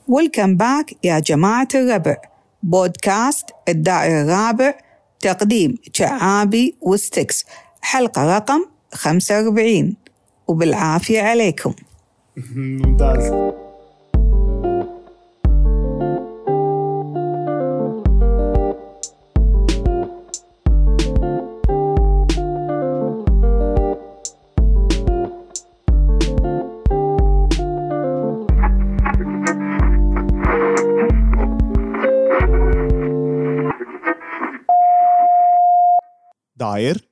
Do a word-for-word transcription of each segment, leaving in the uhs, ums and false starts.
ويلكم باك يا جماعة الربع، بودكاست الدائري الرابع، تقديم شعابي وستكس، حلقة رقم خمسة وأربعين، وبالعافية عليكم. ممتاز. داير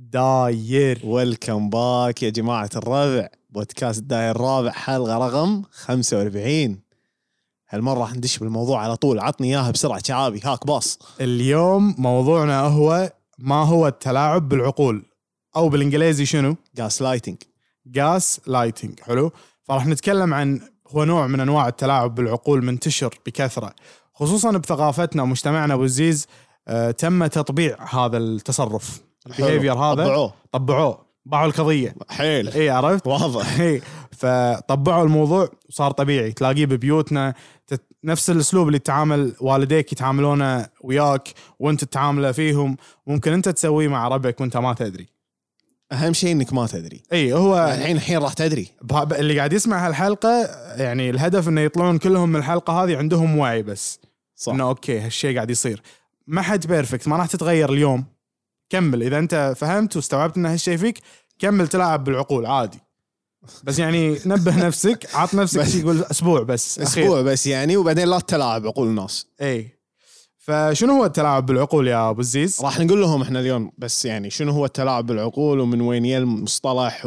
داير ويلكم باك يا جماعة الرابع، بودكاست الداير الرابع، حلقة رقم خمسة وأربعين. هالمرة راح ندش بالموضوع على طول، عطني إياها بسرعة شعابي، هاك باص. اليوم موضوعنا هو ما هو التلاعب بالعقول، أو بالإنجليزي شنو؟ غاس لايتنج. غاس لايتنج، حلو. فراح نتكلم عن هو نوع من أنواع التلاعب بالعقول منتشر بكثرة، خصوصا بثقافتنا ومجتمعنا والزيز. آه تم تطبيع هذا التصرف، البيهيفير هذا طبعوه طبعوه باعوا القضية حيل. ايه عرفت واضح. ايه فطبعوا الموضوع وصار طبيعي تلاقيه ببيوتنا. تت... نفس الاسلوب اللي تعامل والديك يتعاملونه وياك وانت تتعامله فيهم، ممكن انت تسويه مع ربعك وانت ما تدري. اهم شيء انك ما تدري. اي هو الحين الحين راح تدري. بها... اللي قاعد يسمع هالحلقة يعني الهدف انه يطلعون كلهم من الحلقة هذه عندهم وعي، بس صح. انه اوكي هالشيء قاعد يصير، ما حد بيرفكت، ما راح تتغير اليوم. كمل إذا أنت فهمت واستوعبت إن هالشيء فيك، كمل تلعب بالعقول عادي، بس يعني نبه نفسك، عط نفسك شيء، يقول أسبوع بس أسبوع أخير. بس يعني، وبعدين لا تلعب عقول الناس. أي فشنو هو التلاعب بالعقول يا أبو الزيز؟ راح نقول لهم إحنا اليوم، بس يعني شنو هو التلاعب بالعقول ومن وين يل المصطلح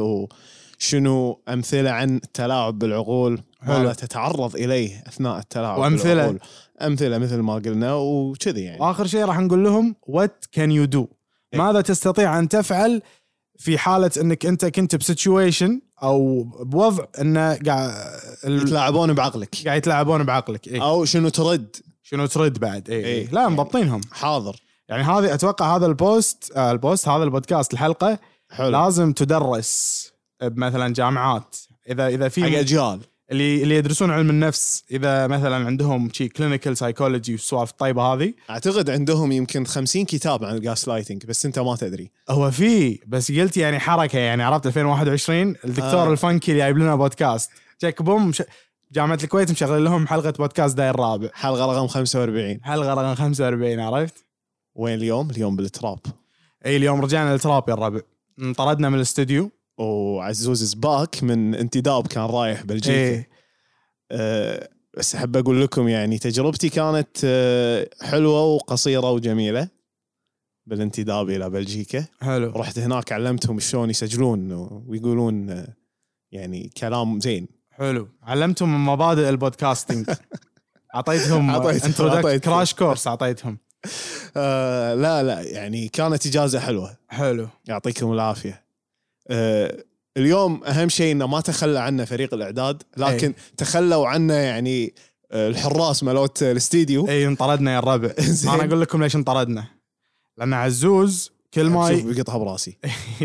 وشنو أمثلة عن التلاعب بالعقول ماذا تتعرض إليه أثناء التلاعب وأمثلة. بالعقول. أمثلة مثل ما قلنا وكذي يعني. وآخر شيء راح نقول لهم what can you do، ماذا تستطيع أن تفعل في حالة أنك أنت كنت بسيتويشن أو بوضع أنه قاعد يتلاعبون بعقلك، قاعد يتلاعبون بعقلك. إيه؟ أو شنو ترد شنو ترد بعد. إيه؟ إيه؟ لا مضبطينهم حاضر. يعني هذه أتوقع هذا البوست آه البوست هذا البودكاست الحلقة حلو. لازم تدرس بمثلا جامعات، إذا إذا في حق أجيال اللي اللي يدرسون علم النفس، إذا مثلا عندهم شيء كلينيكال سايكولوجي والسوالف الطيبة هذه. أعتقد عندهم يمكن خمسين كتاب عن الغاس لايتنج، بس أنت ما تدري. هو فيه، بس قلت يعني حركة، يعني عرفت ألفين وواحد وعشرين الدكتور آه. الفانكي اللي جايب لنا بودكاست تشيك بوم مش... جامعة الكويت مشغل لهم حلقة بودكاست داير الرابع، حلقة رقم خمسة وأربعين. حلقة رقم خمسة وأربعين. عرفت وين اليوم؟ اليوم بالتراب. أي اليوم رجعنا للتراب يا الربع، انطردنا من الاستوديو وعزوز سباك من انتداب كان رايح بلجيكا. إيه. أه بس أحب أقول لكم يعني تجربتي كانت أه حلوة وقصيرة وجميلة بالانتداب إلى بلجيكا. حلو. رحت هناك علمتهم شلون يسجلون ويقولون أه يعني كلام زين. حلو. علمتهم من مبادئ البودكاستينج. عطيتهم انترودكشن كراش كورس عطيتهم. أه لا لا يعني كانت إجازة حلوة. حلو. يعطيكم العافية. أه اليوم أهم شيء إنه ما تخلى عنا فريق الإعداد، لكن أي. تخلوا عنا يعني الحراس مالوت الاستديو. أي انطردنا يا الربع. أنا أقول لكم ليش انطردنا، لأن عزوز كل ما شوف بيقطها براسي.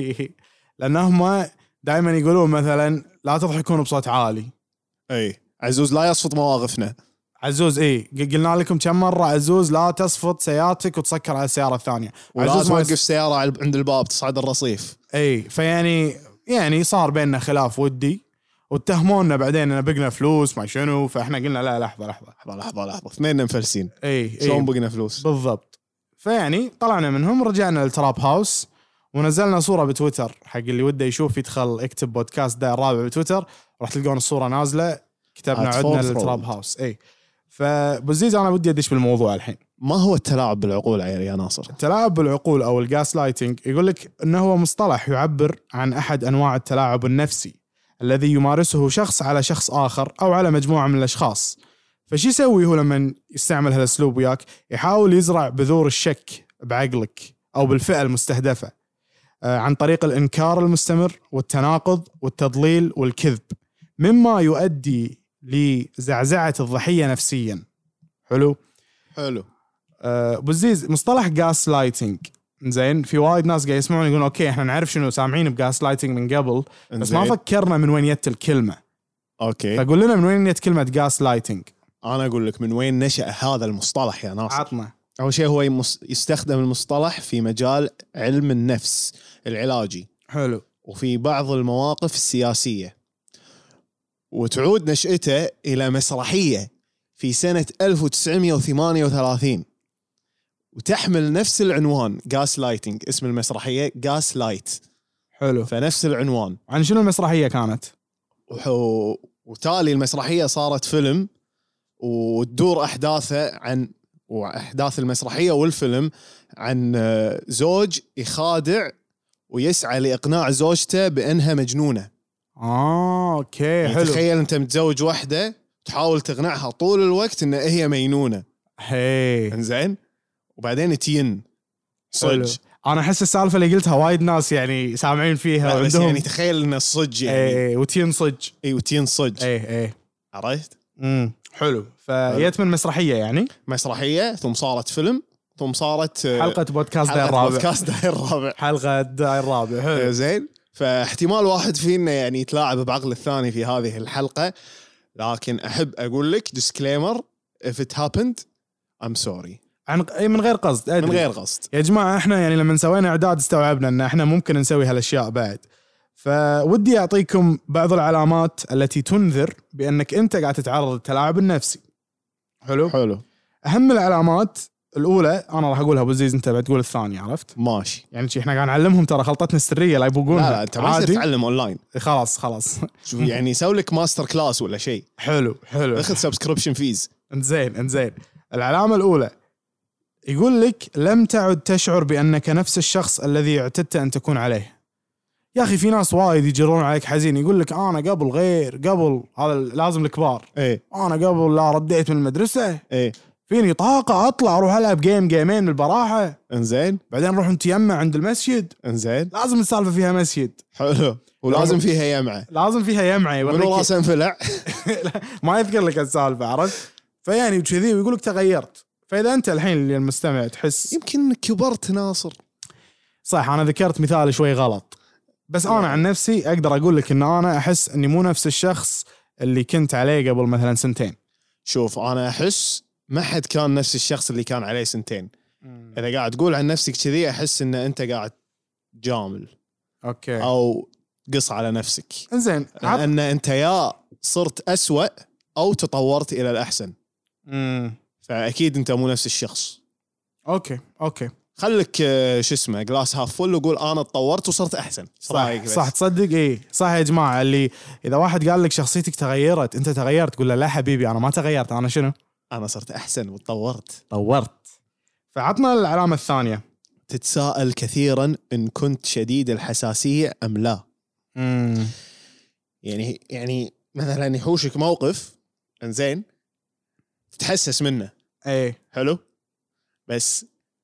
لأنهم دائما يقولون مثلا لا تضحكون بصوت عالي. أي عزوز لا يصفط مواقفنا. عزوز إيه قلنا لكم كم مرة، عزوز لا تصفط سيارتك وتسكر على السيارة الثانية، ولا توقف يس... سيارة عند الباب تصعد الرصيف. أي فيعني يعني صار بيننا خلاف ودي، واتهمونا بعدين ان بقنا فلوس ما شنو، فاحنا قلنا لا لحظه لحظه لحظه لحظه لحظه اثنين مفلسين. اي شلون بقنا فلوس بالضبط. فيعني طلعنا منهم، رجعنا للتراب هاوس ونزلنا صوره بتويتر حق اللي وده يشوف يدخل اكتب بودكاست داير الرابع بتويتر، راح تلقون الصوره نازله، كتبنا عدنا للتراب هاوس. اي فبزيز انا ودي ادش بالموضوع الحين. ما هو التلاعب بالعقول يا ناصر؟ التلاعب بالعقول او الغاس لايتنج يقول لك انه هو مصطلح يعبر عن احد انواع التلاعب النفسي الذي يمارسه شخص على شخص آخر أو على مجموعة من الأشخاص. فشي يسوي هو لما يستعمل هذا الأسلوب وياك؟ يحاول يزرع بذور الشك بعقلك أو بالفئة المستهدفة عن طريق الإنكار المستمر والتناقض والتضليل والكذب، مما يؤدي لزعزعة الضحية نفسيا. حلو حلو. أه بزيز مصطلح غاس لايتنج زين، في وايد ناس قاعد يسمعون يقولون اوكي احنا نعرف شنو سامعين بغاس لايتنج من قبل، بس ما فكرنا من وين جت الكلمه. اوكي فقول لنا من وين جت كلمه غاس لايتنج. انا اقول لك من وين نشأ هذا المصطلح يا ناصر. عطنا. اول شيء هو يمس- يستخدم المصطلح في مجال علم النفس العلاجي، حلو. وفي بعض المواقف السياسية، وتعود نشأته إلى مسرحية في سنة ألف وتسعمائة وثمانية وثلاثين، وتحمل نفس العنوان غاس لايتنج. اسم المسرحية غاس لايت، حلو. فنفس العنوان. عن شنو المسرحية كانت؟ وح- وتالي المسرحية صارت فيلم، وتدور أحداثه عن وأحداث المسرحية والفيلم عن آه، زوج يخادع ويسعى لإقناع زوجته بأنها مجنونة. اه اوكي يعني حلو. تخيل أنت متزوج واحدة تحاول تقنعها طول الوقت إن هي مجنونة، هي إنزين، وبعدين تين حلو. صج. انا احس السالفة اللي قلتها وايد ناس يعني سامعين فيها لا، بس وعندهم يعني تخيل إن الصج يعني ايه وتين صج. اي وتين صج. ايه ايه. عرفت؟ امم حلو. فجت من مسرحية يعني مسرحية ثم صارت فيلم ثم صارت آه، حلقة بودكاست داير حلقة الرابع. بودكاست داير الرابع. حلقة داير الرابع. حلو. زين، فاحتمال واحد فينا يعني يتلاعب بعقل الثاني في هذه الحلقة، لكن أحب أقول لك disclaimer if it happened I'm sorry. عن اي من غير قصد أدري. من غير قصد يا جماعة احنا يعني لما سوينا اعداد استوعبنا ان احنا ممكن نسوي هالاشياء بعد، فودي اعطيكم بعض العلامات التي تنذر بانك انت قاعد تتعرض للتلاعب النفسي. حلو. حلو اهم العلامات الاولى انا راح اقولها ابو عزيز، انت بعد تقول الثانيه، عرفت؟ ماشي. يعني شي احنا قاعد نعلمهم ترى خلطتنا السريه لا يبقونها. لا لا انت ما يصير تتعلم اونلاين. خلاص خلاص شوف يعني سوي لك ماستر كلاس ولا شيء. حلو حلو. اخذ سبسكريبشن فيز. انزين انزين. العلامه الاولى يقول لك لم تعد تشعر بانك نفس الشخص الذي اعتدت ان تكون عليه. يا اخي في ناس وايد يجرون عليك حزين، يقول لك انا قبل غير قبل، هذا لازم الكبار. ايه انا قبل لا رديت من المدرسه، ايه فيني طاقه اطلع اروح العب جيم جيمين من البراحه، انزين بعدين نروح نتيمع عند المسجد. انزين لازم السالفه فيها مسجد. حلو، ولازم فيها يمعه، لازم فيها يمعه من راسه انفلع. ما يذكر لك السالفه، عرفت؟ فيعني كذي ويقول لك تغيرت. فاذا انت الحين اللي المستمع تحس يمكن كبرت ناصر، صح، انا ذكرت مثال شوي غلط، بس انا عن نفسي اقدر اقول لك ان انا احس اني مو نفس الشخص اللي كنت عليه قبل مثلا سنتين. شوف انا احس ما حد كان نفس الشخص اللي كان عليه سنتين. مم. اذا قاعد تقول عن نفسك كذي احس ان انت قاعد جامل اوكي او قص على نفسك. زين، لان انت يا صرت أسوأ او تطورت الى الاحسن. امم فاكيد انت مو نفس الشخص. اوكي اوكي خليك شو اسمه جلاس هاف فل وقول انا تطورت وصرت احسن. صح صح تصدق. ايه صح يا جماعه، اللي اذا واحد قال لك شخصيتك تغيرت، انت تغيرت، قول له لا حبيبي انا ما تغيرت، انا شنو؟ انا صرت احسن وتطورت. طورت. فعطنا العلامه الثانيه. تتساءل كثيرا ان كنت شديد الحساسيه ام لا. امم يعني يعني مثلا يحوشك موقف انزين تتحسس منه. ايه حلو، بس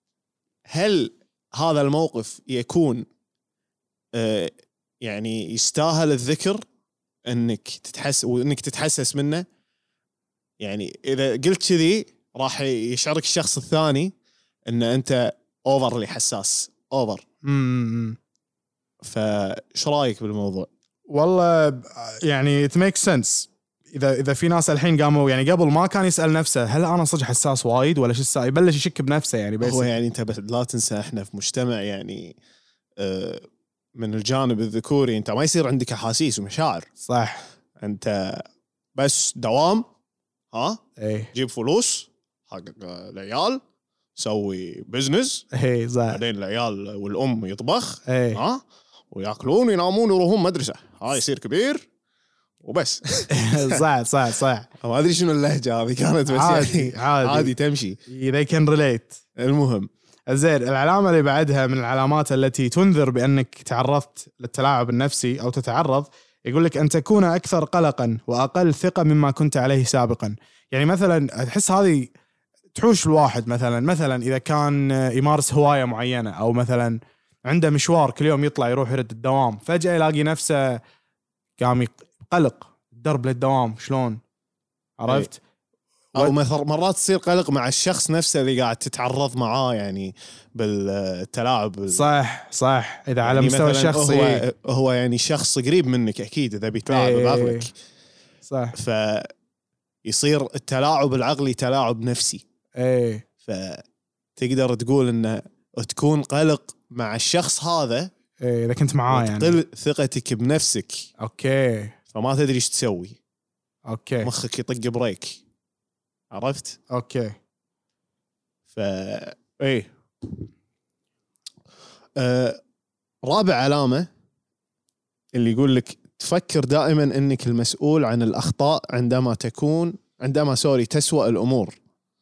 هل هذا الموقف يكون آه يعني يستاهل الذكر انك تتحس وانك تتحسس منه؟ يعني اذا قلت كذي راح يشعرك الشخص الثاني ان انت اوفر اللي حساس اوفر. امم فايش رايك بالموضوع؟ والله يعني it makes sense. اذا اذا في ناس الحين قاموا يعني قبل ما كان يسال نفسه هل انا صدق حساس وايد ولا شو السالفه، يبلش يشك بنفسه يعني. بس هو يعني انت بس لا تنسى احنا في مجتمع يعني آه من الجانب الذكوري انت ما يصير عندك احاسيس ومشاعر. صح. انت بس دوام، ها ايه جيب فلوس حق العيال، سوي بزنس، ايه صح، بعدين العيال والام يطبخ، ايه ها وياكلون وينامون ويروحون مدرسه، هاي يصير كبير وبس. صح صح صح. ما ادري شنو اللهجه هذه كانت، بس عادي يعني عادي, عادي تمشي. they can relate. المهم زين، العلامه اللي بعدها من العلامات التي تنذر بانك تعرضت للتلاعب النفسي او تتعرض، يقول لك ان تكون اكثر قلقا واقل ثقه مما كنت عليه سابقا. يعني مثلا تحس هذه تحوش الواحد، مثلا مثلا اذا كان يمارس هوايه معينه او مثلا عنده مشوار كل يوم يطلع يروح يرد الدوام، فجاه يلاقي نفسه قام يقلق درب للدوام شلون، عرفت؟ او مرات تصير قلق مع الشخص نفسه اللي قاعد تتعرض معاه يعني بالتلاعب. صح صح. اذا يعني على مستوى الشخصي هو, هو يعني شخص قريب منك اكيد اذا بيتلاعب ايه بعقلك. صح. ف يصير التلاعب العقلي تلاعب نفسي. ايه فتقدر تقول انه تكون قلق مع الشخص هذا ايه اذا كنت معاه يعني تقل ثقتك بنفسك. اوكي فما تدري ايش تسوي. اوكي مخك يطق بريك. عرفت؟ اوكي ف ايه آه... رابع علامة اللي يقول لك تفكر دائما انك المسؤول عن الاخطاء عندما تكون عندما سوري تسوأ الامور.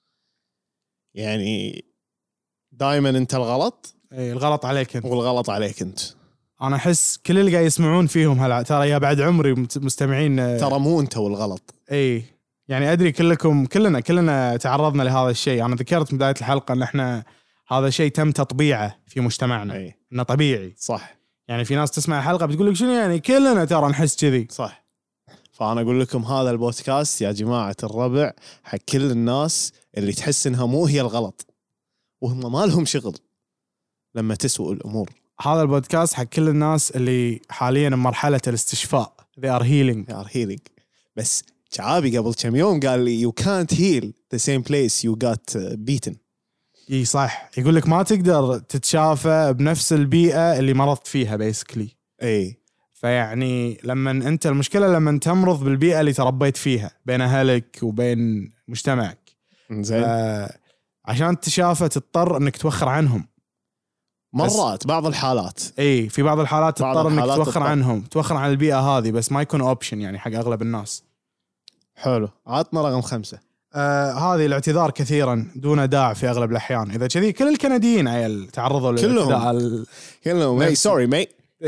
يعني دائما انت الغلط. ايه الغلط عليك انت والغلط عليك انت. انا احس كل اللي قاعد يسمعون فيهم هلا ترى يا بعد عمري مستمعين ترى مو انت والغلط. اي يعني ادري كلكم كلنا كلنا تعرضنا لهذا الشيء. انا ذكرت في بدايه الحلقه ان احنا هذا شيء تم تطبيعه في مجتمعنا. أي. انه طبيعي. صح. يعني في ناس تسمع الحلقه بتقول لك شنو يعني كلنا ترى نحس كذي. صح. فانا اقول لكم هذا البودكاست يا جماعه الربع حق كل الناس اللي تحس انها مو هي الغلط وهم ما لهم شغل لما تسوء الامور. هذا البودكاست حق كل الناس اللي حاليا بمرحله الاستشفاء. they are healing they are healing. بس شعابي قبل كم يوم قال لي you can't heal the same place you got beaten. اي صح. يقول لك ما تقدر تتشافى بنفس البيئه اللي مرضت فيها basically. اي فيعني لما انت المشكله لما تمرض بالبيئه اللي تربيت فيها بين اهلك وبين مجتمعك. زين. عشان تتشافى تضطر انك توخر عنهم مرات بعض الحالات. اي في بعض الحالات بعض تضطر انك الحالات توخر تضطر. عنهم توخر عن البيئه هذه بس ما يكون اوبشن يعني حق اغلب الناس. حلو. عطنا رقم خمسة. آه هذه الاعتذار كثيرا دون داعي في اغلب الاحيان. اذا كذي كل الكنديين عيل تعرضوا للاعتداء ال... كلهم مي سوري مي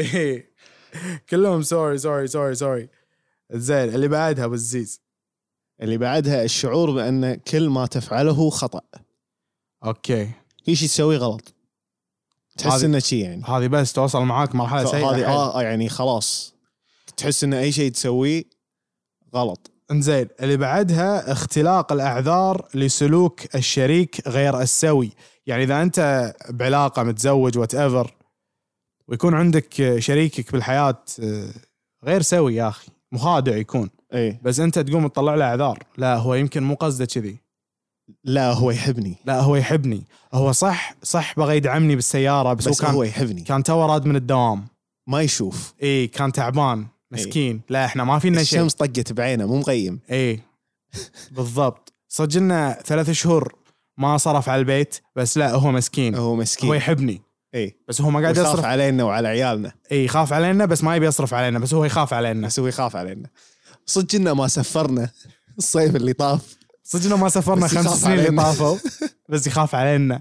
كلهم سوري سوري سوري سوري. زين اللي بعدها بالزيز اللي بعدها الشعور بأن كل ما تفعله خطأ. اوكي في شيء تسوي غلط تحس انه شيء يعني هذه بس توصل معاك مرحله سيئه هذه اه يعني خلاص تحس ان اي شيء تسويه غلط. انزين اللي بعدها اختلاق الاعذار لسلوك الشريك غير السوي. يعني اذا انت بعلاقه متزوج وات ايفر ويكون عندك شريكك بالحياه غير سوي يا اخي مخادع يكون ايه بس انت تقوم تطلع له اعذار. لا هو يمكن مو قصده كذي. لا هو يحبني. لا هو يحبني. هو صح صح بغى يدعمني بالسياره بس, بس هو كان هو يحبني. كان تو راد من الدوام ما يشوف. ايه كان تعبان مسكين. إيه. لا احنا ما فينا شيء. الشمس طقت بعينه مو مقيم. ايه بالضبط. صدقنا ثلاث شهور ما صرف على البيت بس لا هو مسكين. هو مسكين. هو يحبني. ايه بس هو ما قاعد يصرف علينا وعلى عيالنا. ايه يخاف علينا بس ما يبي يصرف علينا بس هو يخاف علينا. بس هو يخاف علينا. صدقنا ما سفرنا الصيف اللي طاف. صدقنا ما سافرنا خمس سنين اللي طافوا بس يخاف علينا.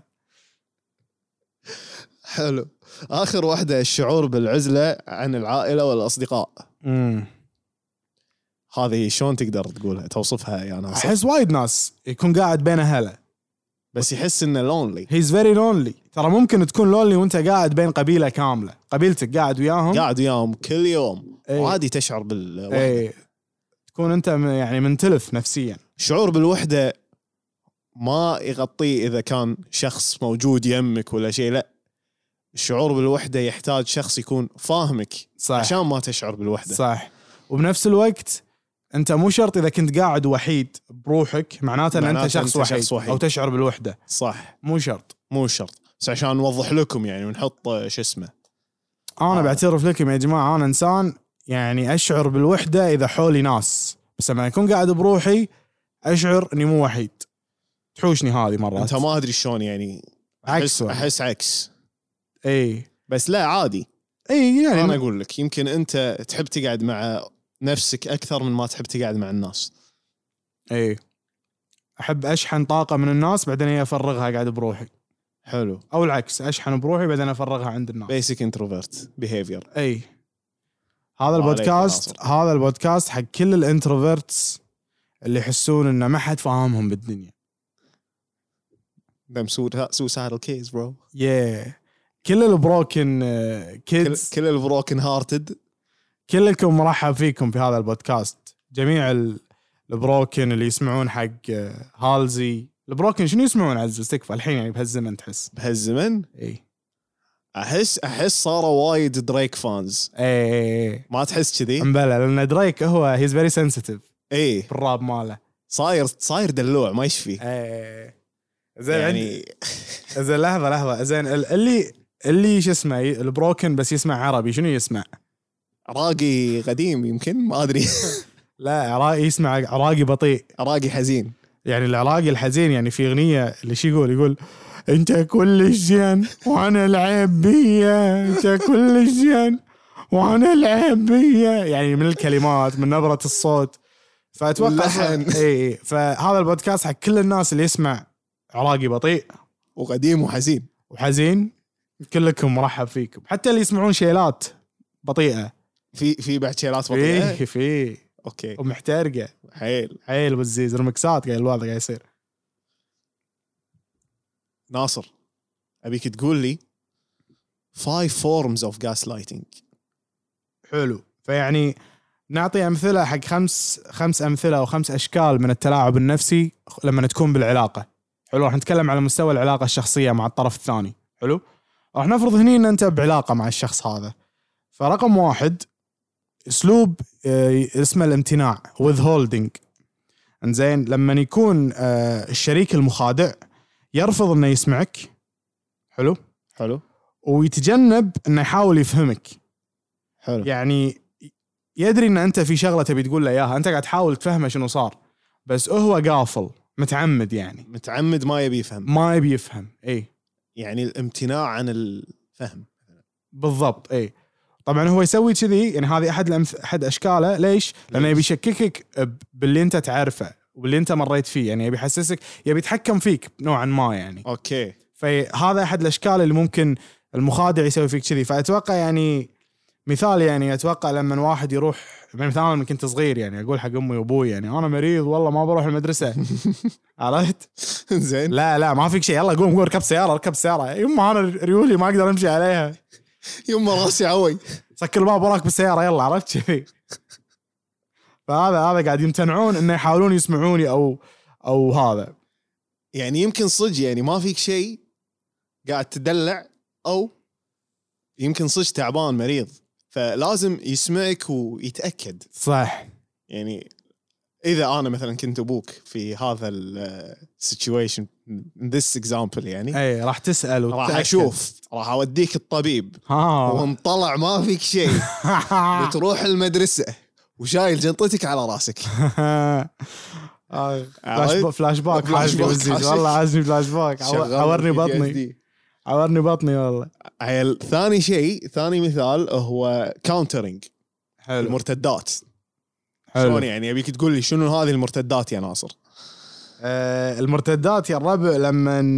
حلو. آخر واحدة الشعور بالعزلة عن العائلة والأصدقاء. امم هذه شلون تقدر تقولها توصفها يا ناصر؟ أحس وايد ناس يكون قاعد بين أهله بس يحس إنه lonely. he's very lonely. ترى ممكن تكون lonely وانت قاعد بين قبيلة كاملة قبيلتك قاعد وياهم قاعد وياهم كل يوم. ايه. عادي تشعر بالوحدة. ايه. تكون انت يعني منتلف نفسيا. الشعور بالوحدة ما يغطيه إذا كان شخص موجود يمك ولا شيء. لا الشعور بالوحدة يحتاج شخص يكون فاهمك صح. عشان ما تشعر بالوحدة. صح. وبنفس الوقت انت مو شرط اذا كنت قاعد وحيد بروحك معناته ان انت شخص, أنت وحيد. شخص وحيد او تشعر بالوحدة. صح. مو شرط مو شرط بس عشان نوضح لكم يعني ونحط شو اسمه. انا آه. بعترف لكم يا جماعة انا انسان يعني اشعر بالوحدة اذا حولي ناس بس لما اكون قاعد بروحي اشعر اني مو وحيد. تحوشني هذه مرات. انت ما ادري شلون يعني عكس احس, أحس عكس. اي بس لا عادي. اي يعني انا اقول لك يمكن انت تحب تقعد مع نفسك اكثر من ما تحب تقعد مع الناس. اي احب اشحن طاقة من الناس بعدين افرغها قاعد بروحي. حلو. او العكس اشحن بروحي بعدين افرغها عند الناس. basic introvert behavior. اي هذا البودكاست هذا البودكاست حق كل الانتروفيرتس اللي يحسون انه ما حد فاهمهم بالدنيا. them suicidal kids bro. yeah كل البروكن كيدز كل البروكن هارتد كلكم مرحب فيكم في هذا البودكاست. جميع البروكن اللي يسمعون حق هالزي البروكن شنو يسمعون عز استكفى الحين يعني بهالزمن تحس بهالزمن. اي احس احس صاروا وايد دريك فانز. اي ما تحس كذي؟ امبلا لان دريك هو هيز فيري سنسيتيف اي بالراب ماله. صاير صاير دلوع ما يشفي ايه زين يعني. يعني زين لحظه لحظه زين اللي اللي شو اسمه البروكن بس يسمع عربي شنو يسمع؟ عراقي قديم يمكن ما ادري. لا عراقي يسمع عراقي بطيء، عراقي حزين. يعني العراقي الحزين يعني في اغنيه اللي شي يقول يقول انت كل زين وانا العيب بيا، انت كل زين وانا العيب بيا، يعني من الكلمات من نبره الصوت. فاتوقع اي فهذا البودكاست حق كل الناس اللي يسمع عراقي بطيء وقديم وحزين وحزين، كلكم مرحب فيكم. حتى اللي يسمعون شيلات بطيئه، في في بعد شيلات بطيئه في في اوكي ومحترقه حيل حيل والزيز رمكسات قاعد الوضع قاعد يصير. ناصر ابيك تقول لي five forms of gaslighting. حلو، فيعني نعطي امثله حق خمس خمس امثله او خمس اشكال من التلاعب النفسي لما تكون بالعلاقه. حلو، راح نتكلم على مستوى العلاقه الشخصيه مع الطرف الثاني. حلو، راح نفرض هني ان انت بعلاقه مع الشخص هذا. فرقم واحد اسلوب اسمه الامتناع withholding. انزين لما يكون الشريك المخادع يرفض انه يسمعك، حلو حلو ويتجنب انه يحاول يفهمك. حلو، يعني يدري ان انت في شغله تبي تقول له اياها، انت قاعد تحاول تفهمه شنو صار، بس هو قافل متعمد، يعني متعمد ما يبي يفهم ما يبي يفهم. اي يعني الامتناع عن الفهم بالضبط. اي طبعا هو يسوي كذي، يعني هذه احد الأمث... احد اشكاله. ليش؟ لانه يبي يشككك باللي انت تعرفه واللي انت مريت فيه، يعني يبي يحسسك، يبي يتحكم فيك نوعا ما يعني. اوكي، فهذا احد الاشكال اللي ممكن المخادع يسوي فيك كذي. فاتوقع يعني مثال، يعني اتوقع لما واحد يروح مثلا لما كنت صغير، يعني اقول حق امي وابوي يعني انا مريض والله ما بروح المدرسه. عرفت؟ زين لا لا ما فيك شيء، يلا قوم قوم اركب سياره اركب سياره. يما انا ريولي ما اقدر امشي عليها، يما راسي عوي، سكر الباب وراك بالسياره يلا. عرفت كذي؟ فهذا هذا قاعد يمتنعون انه يحاولون يسمعوني او او هذا. يعني يمكن صدق يعني ما فيك شيء قاعد تدلع، او يمكن صدق تعبان مريض، فلازم يسمعك ويتأكد. صح، يعني إذا أنا مثلا كنت أبوك في هذا السيتويشن this example يعني أي راح تسأل راح أشوف، راح أوديك الطبيب وانطلع ما فيك شيء بتروح المدرسة وشايل جنطتك على راسك. فلاش باك فلاش باك والله عازني فلاش باك، عورني بطني عورني بطني والله. عيل ثاني شيء، ثاني مثال هو كاونترينج، المرتدات. شلون يعني؟ أبيك تقول لي شنو هذه المرتدات يا ناصر؟ آه المرتدات يا الربع لما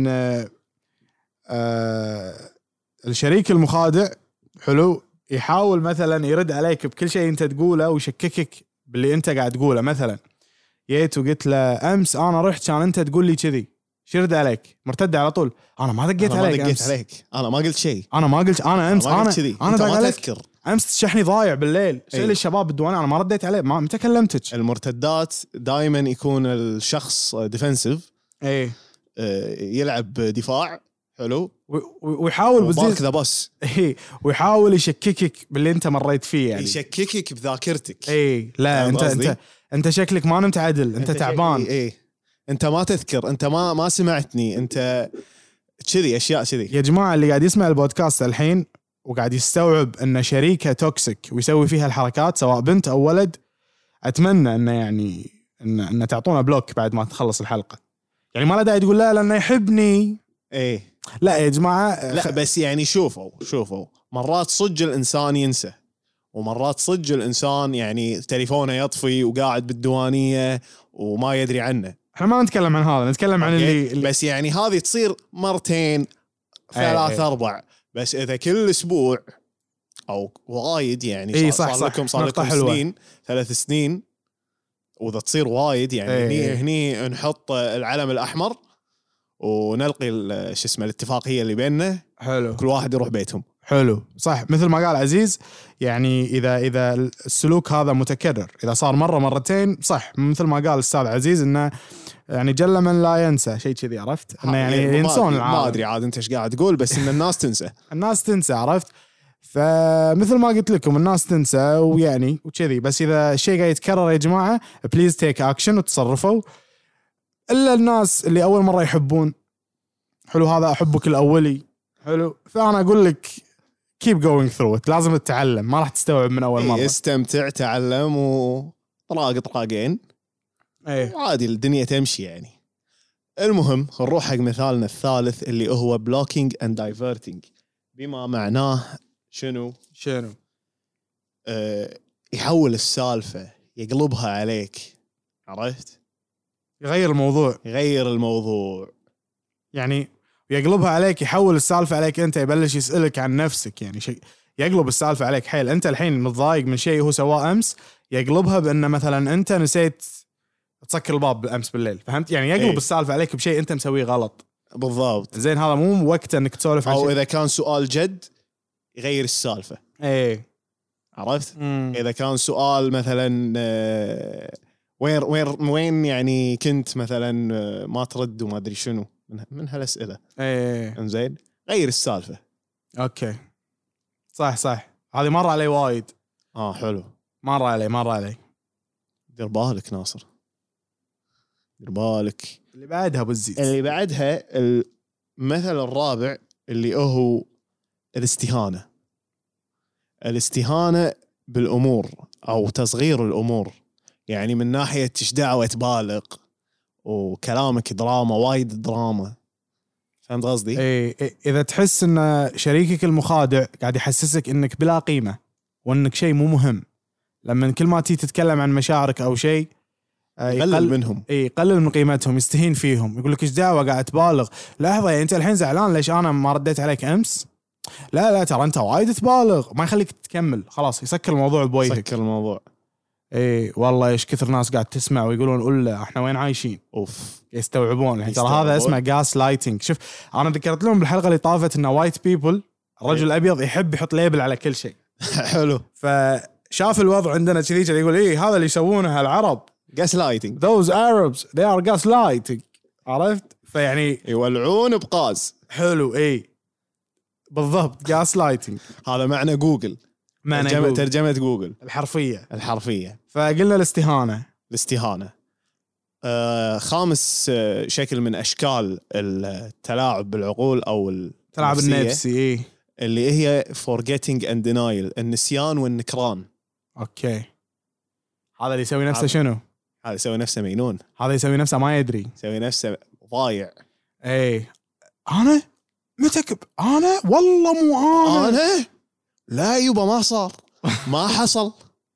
آه الشريك المخادع حلو يحاول مثلا يرد عليك بكل شيء انت تقوله ويشككك باللي انت قاعد تقوله. مثلا جيت وقلت له امس انا رحت كان انت تقول لي كذي، شرد عليك مرتد على طول، انا ما دقيت أنا عليك ما دقيت أمس. عليك انا ما قلت شيء انا ما قلت انا امس أنا انا كذي. انا ما عليك تذكر امس تشحني ضايع بالليل، سأل أيه. الشباب بالديوان انا ما رديت عليه، ما متى كلمتك. المرتدات دائما يكون الشخص ديفنسيف، ايه يلعب دفاع حلو ويحاول بزيز ذا بس ايه ويحاول يشككك باللي انت مريت فيه، يعني يشككك بذاكرتك. ايه لا انت قصدي. انت انت شكلك ما نمت عدل، انت, انت تعبان. ايه انت ما تذكر، انت ما ما سمعتني، انت كذي اشياء كذي. يا جماعه اللي قاعد يسمع البودكاست الحين وقاعد يستوعب ان شريكه توكسيك ويسوي فيها الحركات سواء بنت او ولد، اتمنى انه يعني ان ان تعطونا بلوك بعد ما تخلص الحلقه. يعني ما له داعي تقول لا لانه يحبني. ايه لا يا جماعه لا بس يعني شوفوا شوفوا مرات صدق الانسان ينسى، ومرات صدق الانسان يعني تليفونه يطفي وقاعد بالديوانيه وما يدري عنه. احنا ما نتكلم عن هذا، نتكلم عن اللي, اللي بس يعني هذه تصير مرتين ثلاث اربع، بس اذا كل اسبوع او وايد يعني إيه صار, صح صار لكم صار لكم سنين ثلاث سنين واذا تصير وايد يعني إيه. هني هني نحط العلم الاحمر ونلقي شو اسمه الاتفاقيه اللي بيننا. حلو، كل واحد يروح بيتهم. حلو صح، مثل ما قال عزيز، يعني اذا اذا السلوك هذا متكرر، اذا صار مره مرتين صح، مثل ما قال الاستاذ عزيز انه يعني جل من لا ينسى شيء كذي، عرفت انه يعني ينسون العالم. ما ادري عاد انت ايش قاعد تقول، بس ان الناس تنسى. الناس تنسى، عرفت؟ فمثل ما قلت لكم الناس تنسى ويعني وكذي. بس اذا الشيء قاعد يتكرر يا جماعه بليز تيك اكشن وتصرفوا. الا الناس اللي اول مره يحبون. حلو، هذا احبك الاولي. حلو، فانا اقول لك keep going through it. لازم تتعلم، ما راح تستوعب من اول مره. استمتع، تعلم، وطراق طراقين ايه عادي الدنيا تمشي يعني. المهم نروح حق مثالنا الثالث اللي هو blocking and diverting، بما معناه شنو شنو أه يحول السالفة، يقلبها عليك، عرفت؟ يغير الموضوع، يغير الموضوع يعني يقلبها عليك، يحول السالفة عليك أنت، يبلش يسألك عن نفسك. يعني شيء يقلب السالفة عليك حيل. أنت الحين متضايق من شيء هو سواه أمس، يقلبها بأن مثلا أنت نسيت تسكر الباب بالأمس بالليل، فهمت؟ يعني يقلب ايه. السالفة عليك بشيء أنت مسويه غلط. بالضبط. زين، هذا مو وقت أنك تسولف عن أو شيء. إذا كان سؤال جد يغير السالفة، إيه عرفت؟ مم. إذا كان سؤال مثلا آه، وين وين وين يعني كنت مثلا آه، ما ترد وما أدري شنو من من هالأسئلة. إيه إنزين، غير السالفة. أوكي، صح صح، هذه مرة علي وايد. آه حلو. مرة علي مرة علي. دير بالك ناصر، دير بالك. اللي بعدها بالزيت. اللي بعدها المثل الرابع اللي هو الاستهانة. الاستهانة بالأمور أو تصغير الأمور، يعني من ناحية تش دعوة تبالغ وكلامك دراما، وايد دراما. فهمت قصدي؟ إيه إيه، إذا تحس إن شريكك المخادع قاعد يحسسك إنك بلا قيمة وإنك شيء مو مهم، لما كل ما تيجي تتكلم عن مشاعرك أو شيء يقلل منهم. إيه، يقلل من قيمتهم، يستهين فيهم، يقول لك إيش دعوة قاعد تبالغ. لحظة، يعني أنت الحين زعلان ليش أنا ما رديت عليك أمس؟ لا لا ترى أنت وايد تبالغ، ما يخليك تكمل، خلاص يسكر الموضوع بوجهك. سكر الموضوع. إيه والله إيش كثر ناس قاعد تسمع ويقولون قول له إحنا وين عايشين. أوف. يستوعبون الحين ترى هذا اسمه جاس لايتنج. شوف أنا ذكرت لهم بالحلقة اللي طافت إنه وايت بيبل، الرجل الأبيض يحب يحط ليبل على كل شيء. حلو. فشاف الوضع عندنا كذي كذي يقول إيه هذا اللي يسوونه هالعرب، gaslighting. those Arabs they are gaslighting، عرفت؟ فيعني يولعون بقاز. حلو إيه بالضبط gaslighting. هذا معنى جوجل، معنى ترجمة, جوجل. ترجمة جوجل الحرفية الحرفية. فقلنا الاستهانة. الاستهانة آه خامس آه شكل من أشكال التلاعب بالعقول أو التلاعب النفسي إيه، اللي هي forgetting and denial، النسيان والنكران. أوكي، هذا اللي يسوي نفسه هذا. شنو؟ هذا يسوي نفسه مجنون، هذا يسوي نفسه ما يدري، يسوي نفسه ضايع. ايه انا متكب، انا والله مو انا انا لا يبا ما صار، ما حصل.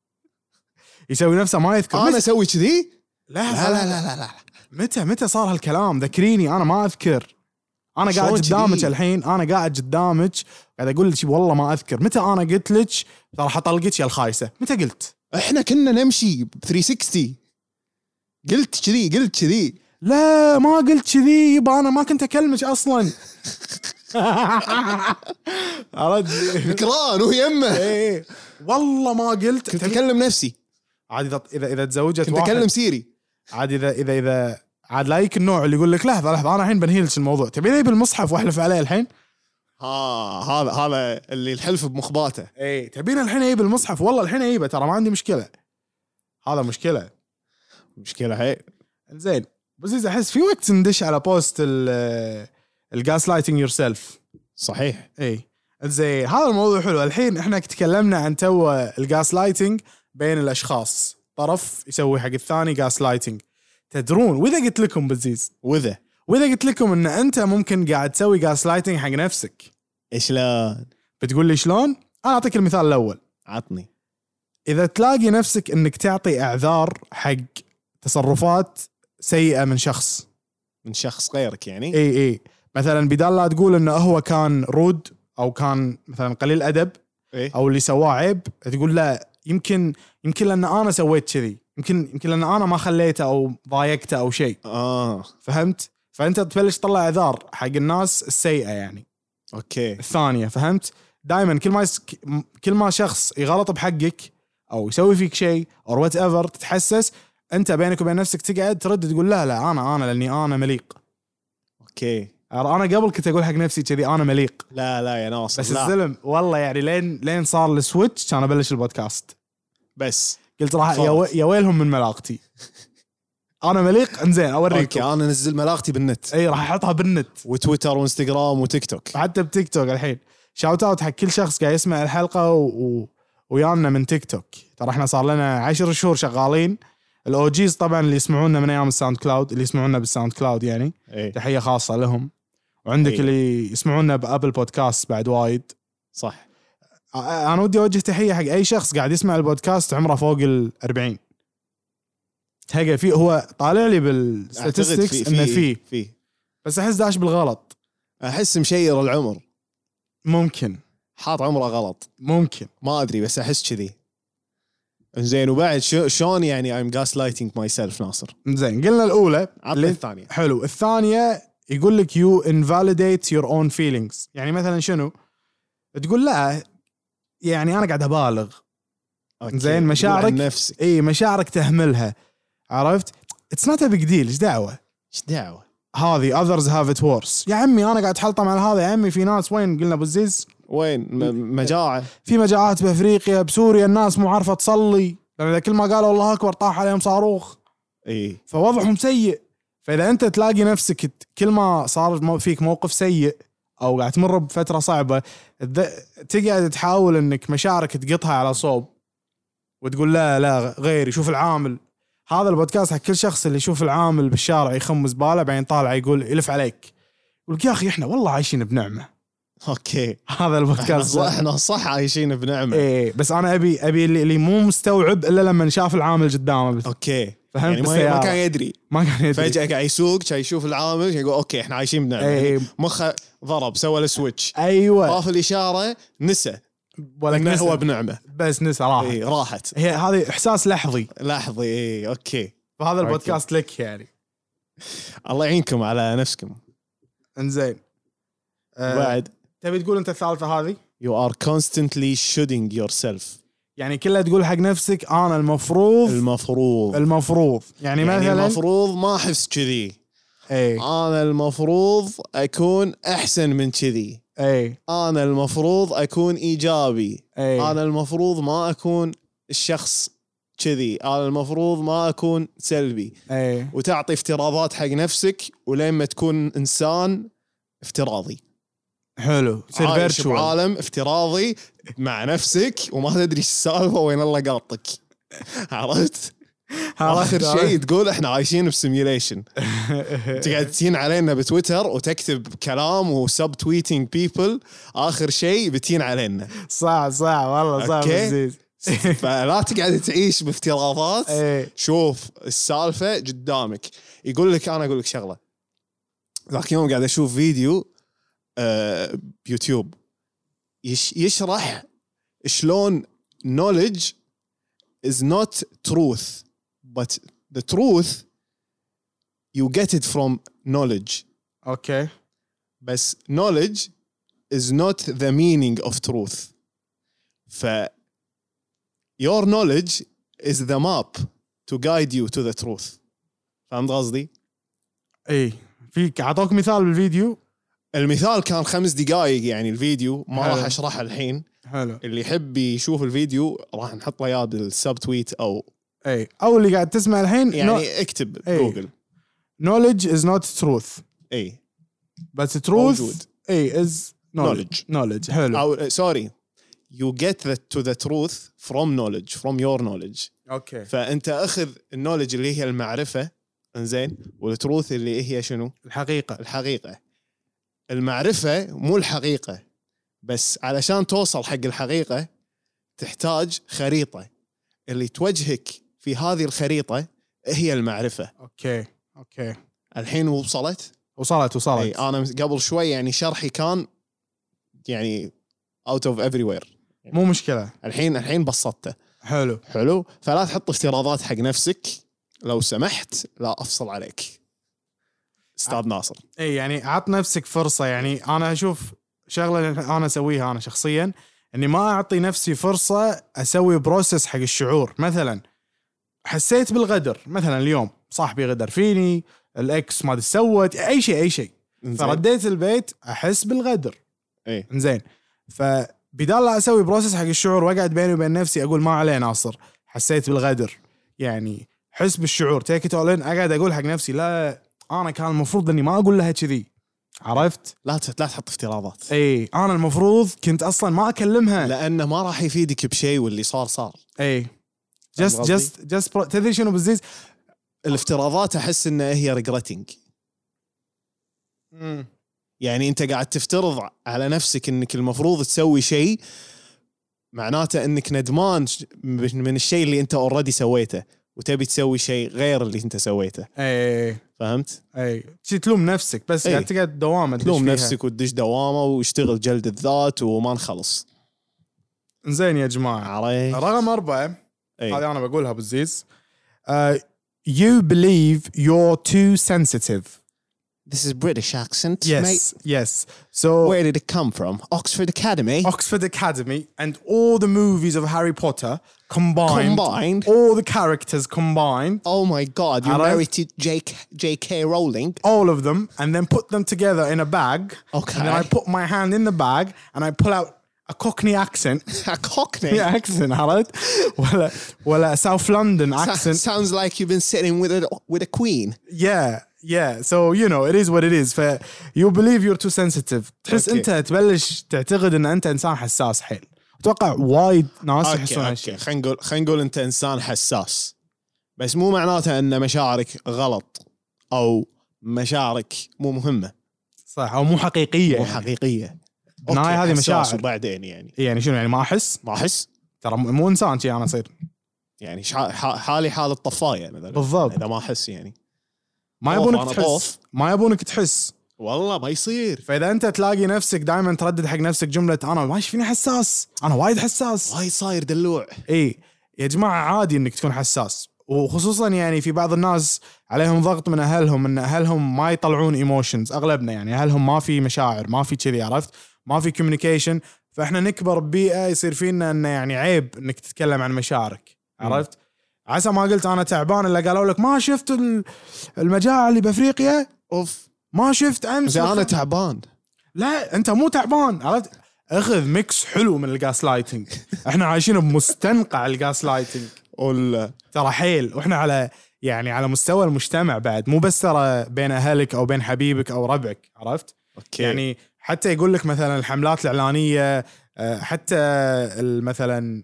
يسوي نفسه ما يذكر. انا اسوي كذي؟ لا لا لا لا لا, لا. متى متى صار هالكلام؟ ذكريني انا ما اذكر. انا قاعد قدامك الحين، انا قاعد قدامك قاعد اقول لك والله ما اذكر. متى انا قلت لك ترى حطلقك يا الخايسه؟ متى قلت؟ احنا كنا نمشي ب ثلاثمية وستين، قلت كذي قلت كذي. لا ما قلت كذي يبا، انا ما كنت اكلمك اصلا. عرفت فكران ويمه. ايه والله ما قلت، كنت اكلم نفسي عادي. اذا اذا, إذا تزوجت كنت واحد اكلم سيري عادي. اذا اذا اذا عاد لايك النوع اللي يقول لك لحظه لحظه انا الحين بنهيلك الموضوع، تبيني بالمصحف واحلف عليه الحين؟ ها هذا هذا اللي الحلف بمخباته. ايه تبيني الحين اجيب المصحف؟ والله الحين اجيبه، ترى ما عندي مشكله. هذا مشكله مشكله هي. زين بس احس في وقت ندش على بوست الجاس لايتنج يور سيلف. صحيح. اي زين، هذا الموضوع حلو. الحين احنا تكلمنا عن تو الجاس لايتنج بين الاشخاص، طرف يسوي حق الثاني جاس لايتنج. تدرون واذا قلت لكم بزيز واذا واذا قلت لكم ان انت ممكن قاعد تسوي جاس لايتنج حق نفسك، شلون؟ بتقول لي شلون؟ انا اعطيك المثال الاول. عطني. اذا تلاقي نفسك انك تعطي اعذار حق تصرفات سيئة من شخص من شخص غيرك يعني. اي اي مثلا بدال لا تقول انه هو كان رود او كان مثلا قليل ادب إيه؟ او اللي سواه عيب، تقول لا يمكن يمكن لان انا سويت كذي، يمكن يمكن لان انا ما خليته او ضايقته او شيء. اه فهمت؟ فانت تبلش تطلع اعذار حق الناس السيئة يعني. اوكي. الثانية فهمت؟ دائما كل ما يسك... كل ما شخص يغلط بحقك او يسوي فيك شيء او وات ايفر، تتحسس انت بينك وبين نفسك تقعد ترد تقول لا لا انا انا لاني انا مليق. اوكي. انا قبل كنت اقول حق نفسي كذي انا مليق، لا لا يا ناصر بس لا. الزلم والله يعني لين لين صار السويتش كان ابلش البودكاست، بس قلت راح يا, وي... يا ويلهم من ملاقتي. انا مليق انزين اوريكم. اوكي انا انزل ملاقتي بالنت. اي راح احطها بالنت وتويتر وانستغرام وتيك توك. حتى بتيك توك الحين. شاوت اوت حق كل شخص قاعد يسمع الحلقه و... و... ويانا من تيك توك. ترى احنا صار لنا عشر شهور شغالين. الاوجيز طبعا اللي يسمعونا من ايام الساوند كلاود، اللي يسمعونا بالساوند كلاود يعني أي. تحيه خاصه لهم. وعندك أي. اللي يسمعونا بابل بودكاست بعد وايد. صح. انا ودي اوجه تحيه حق اي شخص قاعد يسمع البودكاست عمره فوق الأربعين. تلقى فيه هو طالع لي بالستاتستكس انه فيه فيه بس احس داش بالغلط. احس مشير العمر. ممكن حاط عمره غلط. ممكن ما ادري بس احس كذي. زين وبعد شلون يعني I'm gaslighting myself ناصر. زين قلنا الاولى. عطنا الثانيه. حلو. الثانيه يقول لك you invalidate your own feelings. يعني مثلا شنو تقول لا يعني انا قاعد ابالغ. زين مشاعرك اي مشاعرك تهملها. عرفت it's not a big deal. ايش دعوه ايش دعوه هذه others have it worse. يا عمي انا قاعد حلطم على هذا. يا عمي في ناس وين قلنا ابو الزيز وين مجاعه. في مجاعات بافريقيا بسوريا الناس مو عارفه تصلي لان كل ما قالوا الله اكبر طاح عليهم صاروخ. اي فوضعهم سيء. فاذا انت تلاقي نفسك كل ما صار فيك موقف سيء او قاعد تمر بفتره صعبه تقعد تحاول انك مشاعرك تقطها على صوب وتقول لا لا غير يشوف العامل. هذا البودكاست حق كل شخص اللي يشوف العامل بالشارع يخم زباله بعدين طالع يقول يلف عليك يقول يا اخي احنا والله عايشين بنعمه. اوكي هذا البودكاست صح. احنا صح عايشين بنعمه. ايه بس انا ابي ابي اللي, اللي مو مستوعب الا لما شاف العامل قدامه. اوكي فهمت. يعني ما كان يدري ما كان يدري فجاه قاعد يسوق شاي يشوف العامل يقول اوكي احنا عايشين بنعمه. ايه. مخه ضرب سوى السويتش. ايوه طاف الاشاره نسى ولا انه هو بنعمه بس نسى راحت. ايه راحت. هي هذه احساس لحظي لحظي. ايه اوكي. فهذا البودكاست لك يعني. الله يعينكم على نفسكم. انزين أه بعد تبي تقول انت الثالثه هذه you are constantly shooting yourself. يعني كلها تقول حق نفسك انا المفروض المفروض المفروض يعني, يعني مثلا المفروض ما احس كذي. اي انا المفروض اكون احسن من كذي. اي انا المفروض اكون ايجابي. أي. انا المفروض ما اكون الشخص كذي. انا المفروض ما اكون سلبي. أي. وتعطي افتراضات حق نفسك ولين ما تكون انسان افتراضي. حلو. عايش بعالم افتراضي مع نفسك وما تدري ايش السالفه وين الله قاطك. عرفت؟ اخر شيء تقول احنا عايشين بسيميوليشن. تقعد تين علينا بتويتر وتكتب كلام وسب تويتينج بيبل. اخر شيء بتين علينا. صح صح والله صح عزيز. فلا تقعد تعيش بافتراضات. شوف السالفه قدامك. يقول لك انا اقول لك شغله. ذاك يوم قاعد اشوف فيديو آه بيوتيوب يش يشرح شلون knowledge is not truth but the truth you get it from knowledge. okay. بس knowledge is not the meaning of truth. ف your knowledge is the map to guide you to the truth. فهمت قصدي؟ اي فيك عطوك مثال بالفيديو. المثال كان خمس دقائق يعني الفيديو ما راح اشرحه الحين. حلو. اللي يحب يشوف الفيديو راح نحط له اياه بالسب تويت او اي او اللي قاعد تسمع الحين يعني no... اكتب أي. جوجل knowledge is not truth. اي but truth اي is knowledge. knowledge knowledge حلو. او سوري you get the, to the truth from knowledge from your knowledge. اوكي. فانت اخذ النولج اللي هي المعرفه انزين والتروث اللي هي شنو؟ الحقيقه. الحقيقه. المعرفة مو الحقيقة بس علشان توصل حق الحقيقة تحتاج خريطة اللي توجهك في هذه الخريطة هي المعرفة. أوكي أوكي الحين وصلت وصلت وصلت. أي أنا قبل شوي يعني شرحي كان يعني out of everywhere. مو مشكلة. الحين الحين بسطته. حلو حلو. فلا تحط افتراضات حق نفسك لو سمحت. لا أفصل عليك استاذ ناصر. اي يعني عط نفسك فرصه. يعني انا اشوف شغله انا اسويها انا شخصيا اني ما اعطي نفسي فرصه اسوي بروسس حق الشعور. مثلا حسيت بالغدر مثلا اليوم صاحبي غدر فيني الاكس ما سوت اي شيء اي شيء فرديت البيت احس بالغدر. اي زين. فبدال لا اسوي بروسس حق الشعور واقعد بيني وبين نفسي اقول ما عليه ناصر حسيت بالغدر يعني حس بالشعور take it all in. اقعد اقول حق نفسي لا انا كان المفروض اني ما اقول لها كذي، عرفت؟ لا لا تحط افتراضات. اي انا المفروض كنت اصلا ما اكلمها لانه ما راح يفيدك بشيء واللي صار صار. اي just just just تدري شنو بالزيز الافتراضات احس انها هي ريجريتنج. امم يعني انت قاعد تفترض على نفسك انك المفروض تسوي شيء، معناته انك ندمان من الشيء اللي انت اوريدي سويته وتبي تسوي شيء غير اللي انت سويته. اي فهمت؟ اي شي تلوم نفسك بس قاعد تقعد دوامه تلوم نفسك وتدش دوامه واشتغل جلد الذات وما نخلص. زين يا جماعه، عري. رقم أربعة أي. هذه أنا بقولها بالزيز. uh, you believe you're too sensitive. This is British accent, Yes, mate. yes. So Where did it come from? Oxford Academy. Oxford Academy and all the movies of Harry Potter combined. Combined? All the characters combined. Oh my God! You're Hello? married to J K J K Rowling. All of them, and then put them together in a bag. Okay. And then I put my hand in the bag and I pull out a Cockney accent. A Cockney. Yeah, accent, عرفت؟ ولا ولا South London accent. So- sounds like you've been sitting with a with a queen. Yeah, yeah. So you know it is what it is. ف you believe you're too sensitive. تحس Okay. أنت تبلش تعتقد إن أنت إنسان حساس حيل. أتوقع وايد ناس يحسون اوكي هالشيء. اوكي خلينا نقول خلينا نقول انت انسان حساس، بس مو معناته ان مشاعرك غلط او مشاعرك مو مهمه، صح أو مو حقيقية. مو يعني. حقيقيه. بالنهاية هذه حساس مشاعر. وبعدين يعني يعني شنو يعني ما أحس؟ ما احس ترى مو إنسان شيء أنا أصير. يعني شا- ح- حالي حال الطفايه مثلا. بالضبط. اذا ما احس يعني ما طوف، يبونك أنا تحس. طوف. ما يبونك تحس. والله ما يصير. فإذا أنت تلاقي نفسك دائما تردد حق نفسك جملة أنا ما فيني حساس، أنا وايد حساس. وايد صاير دلوع. اي يا جماعه عادي انك تكون حساس، وخصوصا يعني في بعض الناس عليهم ضغط من اهلهم ان اهلهم ما يطلعون ايموشنز. اغلبنا يعني اهلهم ما في مشاعر، ما في كذي، عرفت؟ ما في كوميونيكيشن. فاحنا نكبر ببيئه يصير فينا انه يعني عيب انك تتكلم عن مشاعرك، عرفت؟ عسى ما قلت انا تعبان الا قالوا لك ما شفت المجاعه اللي بافريقيا، اوف ما شفت امس. اذا انا تعبان لا انت مو تعبان، عرفت؟ اخذ ميكس حلو من الجاس لايتنج. احنا عايشين بمستنقع الجاس لايتنج ولا ترى حيل، واحنا على يعني على مستوى المجتمع بعد، مو بس ترى بين اهلك او بين حبيبك او ربعك، عرفت؟ اوكي. يعني حتى يقول لك مثلا الحملات الاعلانيه، حتى مثلا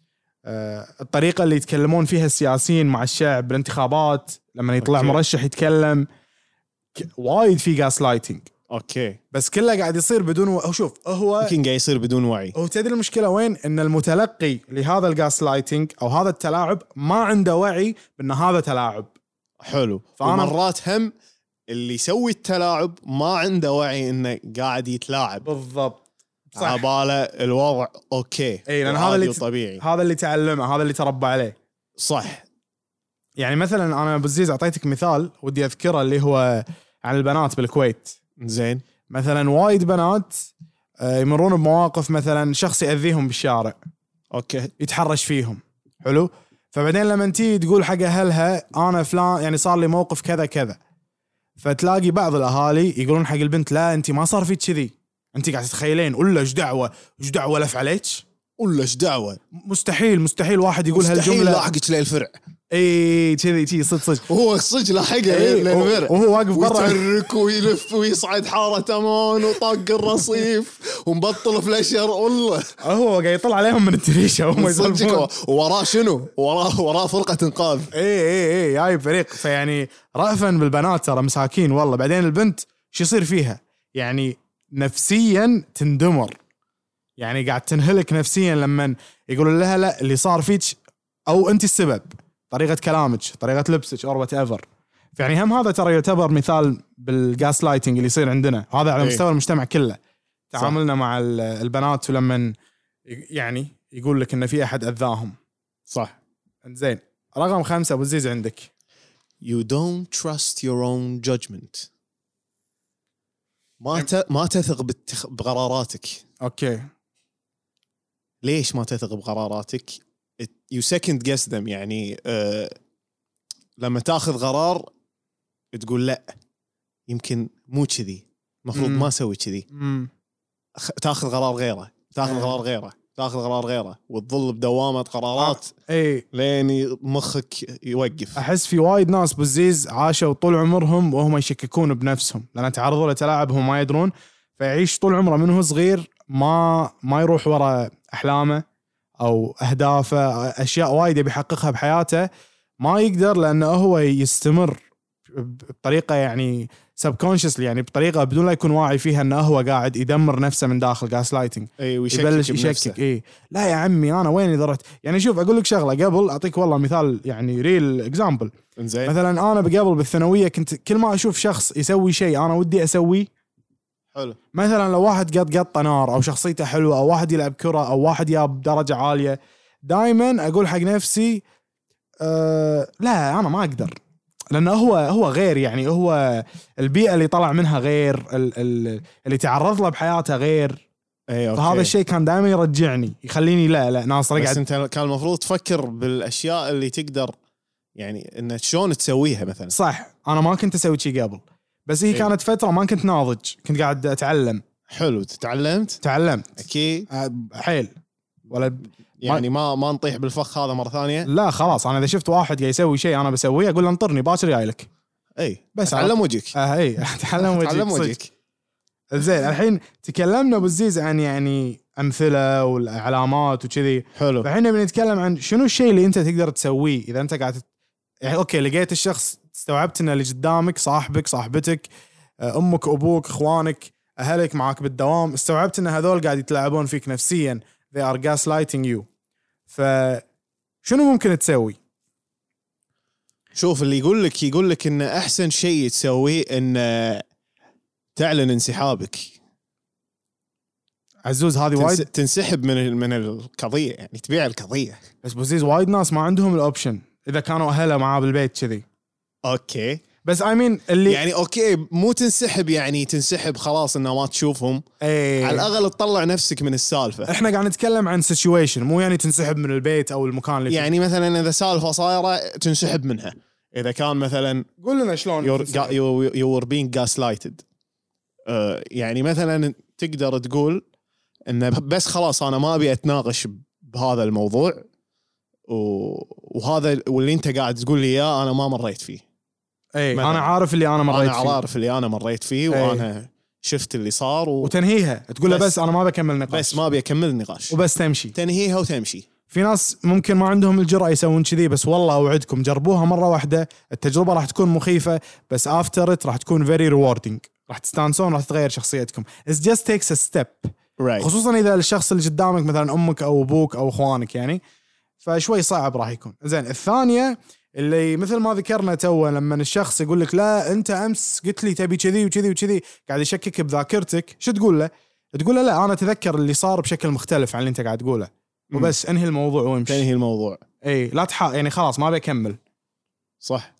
الطريقه اللي يتكلمون فيها السياسيين مع الشعب بالانتخابات لما يطلع أوكي. مرشح يتكلم، وايد في جاس لايتنج. اوكي بس كله قاعد يصير بدون و... شوف هو يمكن قاعد يصير بدون وعي. هو تدري المشكله وين؟ ان المتلقي لهذا الجاس لايتنج او هذا التلاعب ما عنده وعي بان هذا تلاعب. حلو. فأنا- ومرات هم اللي يسوي التلاعب ما عنده وعي انه قاعد يتلاعب، بالضبط صح. عباله الوضع اوكي اي لان هذا اللي طبيعي. هذا اللي تعلمه، هذا اللي تربى عليه. صح. يعني مثلا انا بالزيز اعطيتك مثال ودي اذكره اللي هو عن البنات بالكويت. زين. مثلا وايد بنات آه، يمرون بمواقف، مثلا شخص يأذيهم بالشارع، اوكي يتحرش فيهم، حلو. فبعدين لما تيجي تقول حق اهلها انا فلان يعني صار لي موقف كذا كذا، فتلاقي بعض الاهالي يقولون حق البنت لا انت ما صار فيك كذي، انت قاعد تتخيلين ولا ايش دعوه ايش دعوه لف عليك، ولا ايش دعوه. مستحيل مستحيل واحد يقول مستحيل هالجمله. لاحقك للفرع. اي كذي كذي صدق صدق. وهو صدق لاحقه إيه، للفرع وهو واقف برا ويترك ويلف ويصعد حاره امان وطاق الرصيف ومبطل فلاشر. والله هو قاعد يطلع عليهم من التريشه وهم يسولفون. صدق. وراه شنو؟ وراه وراه فرقه انقاذ. اي اي اي جايب فريق. فيعني رأفا بالبنات ترى مساكين والله. بعدين البنت شو يصير فيها؟ يعني نفسيا تندمر، يعني قاعد تنهلك نفسيا لما يقولوا لها لا اللي صار فيك او انت السبب، طريقه كلامك، طريقه لبسك اور وات ايفر. يعني هم هذا ترى يعتبر مثال بالجاس لايتنج اللي يصير عندنا، هذا على إيه. مستوى المجتمع كله. تعاملنا مع البنات ولما يعني يقول لك ان في احد اذاهم. صح. زين رقم خمسة ابو زيز عندك. You don't trust your own judgment. ما ت... ما تثق بالتخ... بقراراتك. اوكي. ليش ما تثق بقراراتك؟ It... you second guess them. يعني uh... لما تاخذ قرار تقول لا يمكن مو كذي، المفروض مم. ما اسوي كذي. امم أخ... تاخذ قرار غيره، تاخذ إيه. قرار غيره. تاخذ قرار غيره وتظل بدوامه قرارات اي لين مخك يوقف. احس في وايد ناس بزيز عاشوا طول عمرهم وهم يشككون بنفسهم لان تعرضوا لتلاعب هم ما يدرون، فيعيش طول عمره من هو صغير ما ما يروح ورا احلامه او اهدافه، اشياء وايد بيحققها بحياته ما يقدر لانه هو يستمر بطريقه يعني subconsciously، يعني بطريقه بدون لا يكون واعي فيها انه هو قاعد يدمر نفسه من داخل gaslighting. اي يبلش يشكك. اي لا يا عمي انا وين درت، يعني شوف اقول لك شغله قبل اعطيك والله مثال يعني ريل اكزامبل. مثلا انا قبل بالثانويه كنت كل ما اشوف شخص يسوي شيء انا ودي اسويه، حلو، مثلا لو واحد قط قط نار او شخصيته حلوه او واحد يلعب كره او واحد جاب درجه عاليه، دائما اقول حق نفسي أه لا انا ما اقدر، لانه هو هو غير، يعني هو البيئه اللي طلع منها غير، اللي تعرض له بحياته غير. أي فهذا الشيء كان دائما يرجعني يخليني لا لا ناصر بس قاعد. انت كان المفروض تفكر بالاشياء اللي تقدر يعني ان شلون تسويها مثلا. صح، انا ما كنت اسوي شيء قبل، بس هي إيه؟ كانت فتره ما كنت ناضج، كنت قاعد اتعلم. حلو، تعلمت تعلمت اكيد حيل ولا يعني ما ما نطيح بالفخ هذا مره ثانيه. لا خلاص، انا اذا شفت واحد قاعد يسوي شيء انا بسويه اقول له انطرني باكر جايلك. اي بس تعلم وجهك. اه اي تعلم وجهك. تعلم وجهك. زين الحين تكلمنا بالزيز عن يعني امثله والعلامات وكذي. حلو، فاحنا بنتكلم عن شنو الشيء اللي انت تقدر تسويه اذا انت قاعد يعني اوكي لقيت الشخص، استوعبت ان اللي قدامك صاحبك صاحبتك امك ابوك اخوانك اهلك معك بالدوام، استوعبت ان هذول قاعد يتلاعبون فيك نفسيا، they are gaslighting you. فشنو ممكن تسوي؟ شوف اللي يقول لك يقول لك ان احسن شيء تسويه ان تعلن انسحابك. عزوز هذه تنس... وايد تنسحب من من القضيه، يعني تبيع القضيه. بس بوزيز وايد ناس ما عندهم الاوبشن اذا كانوا اهله معاه بالبيت كذي. اوكي بس I mean اللي يعني اوكي مو تنسحب يعني تنسحب خلاص انه ما تشوفهم. ايه. على الاقل تطلع نفسك من السالفه. احنا قاعد نتكلم عن سيتويشن، مو يعني تنسحب من البيت او المكان اللي يعني فيه. مثلا اذا سالفه صايره تنسحب منها. اذا كان مثلا قول لنا شلون you're, you, you were being gaslighted. uh, يعني مثلا تقدر تقول انه بس خلاص انا ما ابي اتناقش بهذا الموضوع، وهذا واللي انت قاعد تقول لي اياه انا ما مريت فيه. اي انا عارف اللي انا مريت أنا فيه، انا عارف اللي انا مريت فيه أي. وانا شفت اللي صار و... وتنهيها تقول له بس, بس انا ما بكمل نقاش، بس ما ابي اكمل النقاش وبس تمشي تنهيها وتمشي. في ناس ممكن ما عندهم الجرأة يسوون كذي، بس والله اوعدكم جربوها مرة واحدة، التجربة راح تكون مخيفة بس افترت راح تكون very rewarding، راح تستانسون، راح تتغير شخصيتكم. it just takes a step. right. خصوصا اذا الشخص اللي قدامك مثلا امك او ابوك او اخوانك، يعني فشوي صعب راح يكون. زين الثانية اللي مثل ما ذكرنا تو، لما الشخص يقول لك لا انت امس قلت لي تبي كذي وكذي وكذي، قاعد يشكك بذاكرتك، شو تقول له؟ تقول له لا انا اتذكر اللي صار بشكل مختلف عن اللي انت قاعد تقوله، وبس انهي الموضوع وامشي. تنهي الموضوع. اي لا تح يعني خلاص ما بكمل. صح.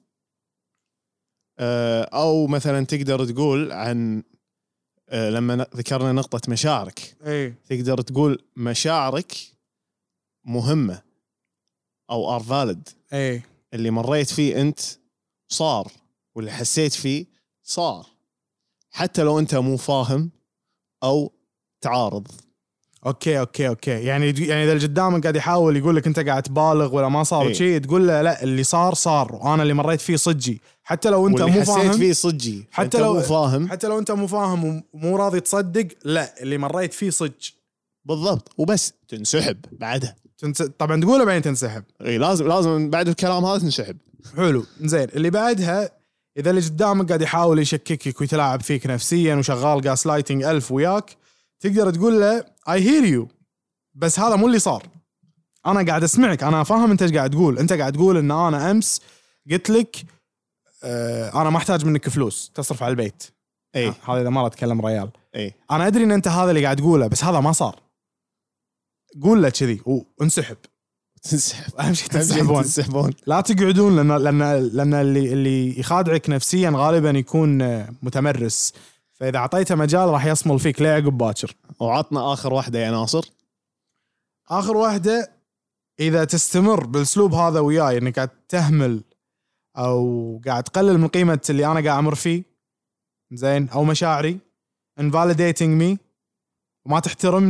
أه او مثلا تقدر تقول عن أه لما ذكرنا نقطة مشاعرك، اي تقدر تقول مشاعرك مهمة او are valid. اي اللي مريت فيه انت صار، واللي حسيت فيه صار، حتى لو انت مو فاهم او تعارض. اوكي اوكي اوكي يعني يعني اذا اللي قدامك قاعد يحاول يقول لك انت قاعد تبالغ ولا ما صار شيء، تقول له لا اللي صار صار وانا اللي مريت فيه صجي، حتى لو انت مو فاهم. حسيت فيه صجي حتى لو مو فاهم، حتى لو انت مو فاهم ومو راضي تصدق، لا اللي مريت فيه صج بالضبط، وبس تنسحب بعدها. تنس... طبعا تقوله بعدين تنسحب. اي لازم لازم بعد الكلام هذا تنسحب. حلو. زين اللي بعدها اذا اللي قدامك قاعد يحاول يشككك ويتلاعب فيك نفسيا وشغال جاس لايتنج ألف وياك، تقدر تقول له I hear you، بس هذا مو اللي صار، انا قاعد اسمعك، انا فاهم انت ايش قاعد تقول، انت قاعد تقول ان انا امس قلت لك آه انا ما احتاج منك فلوس تصرف على البيت. اي آه هذا اذا ما اتكلم ريال. اي انا ادري ان انت هذا اللي قاعد تقوله، بس هذا ما صار. قول له كذي وانسحب. تنسحب. اهم شيء تنسحبون. تنسحبون، لا تقعدون، لان لان لان اللي اللي يخادعك نفسيا غالبا يكون متمرس، فاذا اعطيته مجال راح يصمل فيك لا عقب باكر. وعطنا اخر واحده يا ناصر. اخر واحده، اذا تستمر بالاسلوب هذا وياي انك قاعد تهمل او قاعد تقلل من قيمه اللي انا قاعد امر فيه، زين، او مشاعري invalidating me وما تحترمني،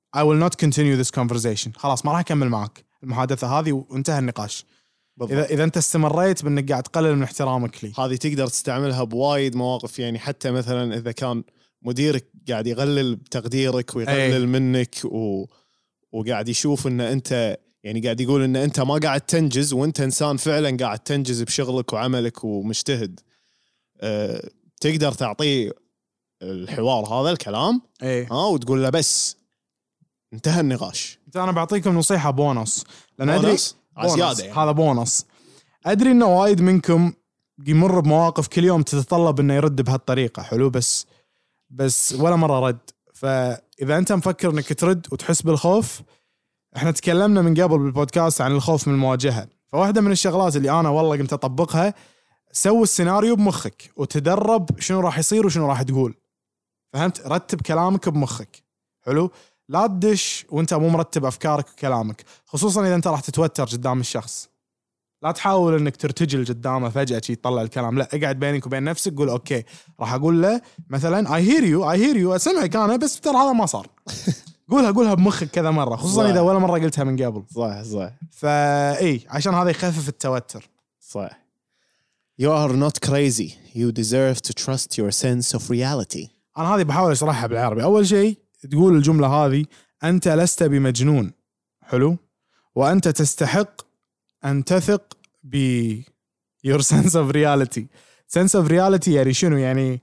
I will not continue this conversation. خلاص ما راح أكمل معك المحادثة هذه وانتهى النقاش. بالضبط. إذا إذا أنت استمريت بأنك قاعد تقلل من احترامك لي. هذه تقدر تستعملها بوايد مواقف، يعني حتى مثلا إذا كان مديرك قاعد يقلل بتقديرك ويقلل أي. منك و... وقاعد يشوف إن أنت يعني قاعد يقول إن أنت ما قاعد تنجز وأنت إنسان فعلا قاعد تنجز بشغلك وعملك ومجتهد، أه... تقدر تعطيه الحوار هذا الكلام أي. ها وتقول له بس انتهى النقاش. أنا بعطيكم نصيحة بونص لأن أدري زيادة يعني. هذا بونص. أدري إنه وايد منكم يمر بمواقف كل يوم تتطلب إنه يرد بهالطريقة. حلو بس بس ولا مرة رد. فإذا أنت مفكر إنك ترد وتحس بالخوف، إحنا تكلمنا من قبل بالبودكاست عن الخوف من المواجهة. فواحدة من الشغلات اللي أنا والله قمت أطبقها، سوي السيناريو بمخك وتدرب شنو راح يصير وشنو راح تقول. فهمت؟ رتب كلامك بمخك. حلو؟ لا تدش وانت مو مرتب أفكارك وكلامك، خصوصا إذا أنت راح تتوتر قدام الشخص. لا تحاول انك ترتجل قدامه فجأة شي تطلع الكلام، لا اقعد بينك وبين نفسك قول اوكي راح اقول له مثلا I hear you I hear you اسمعك انا بس ترى هذا ما صار. قولها قولها بمخك كذا مرة، خصوصا صح. اذا ولا مرة قلتها من قبل. صح صح. فاي عشان هذا يخفف التوتر. صح. You are not crazy. You deserve to trust your sense of reality. انا هذه بحاول اشرحها بالعربي. اول شيء تقول الجملة هذه انت لست بمجنون. حلو. وانت تستحق أن تثق ب your sense of reality. sense of reality يعني شنو؟ يعني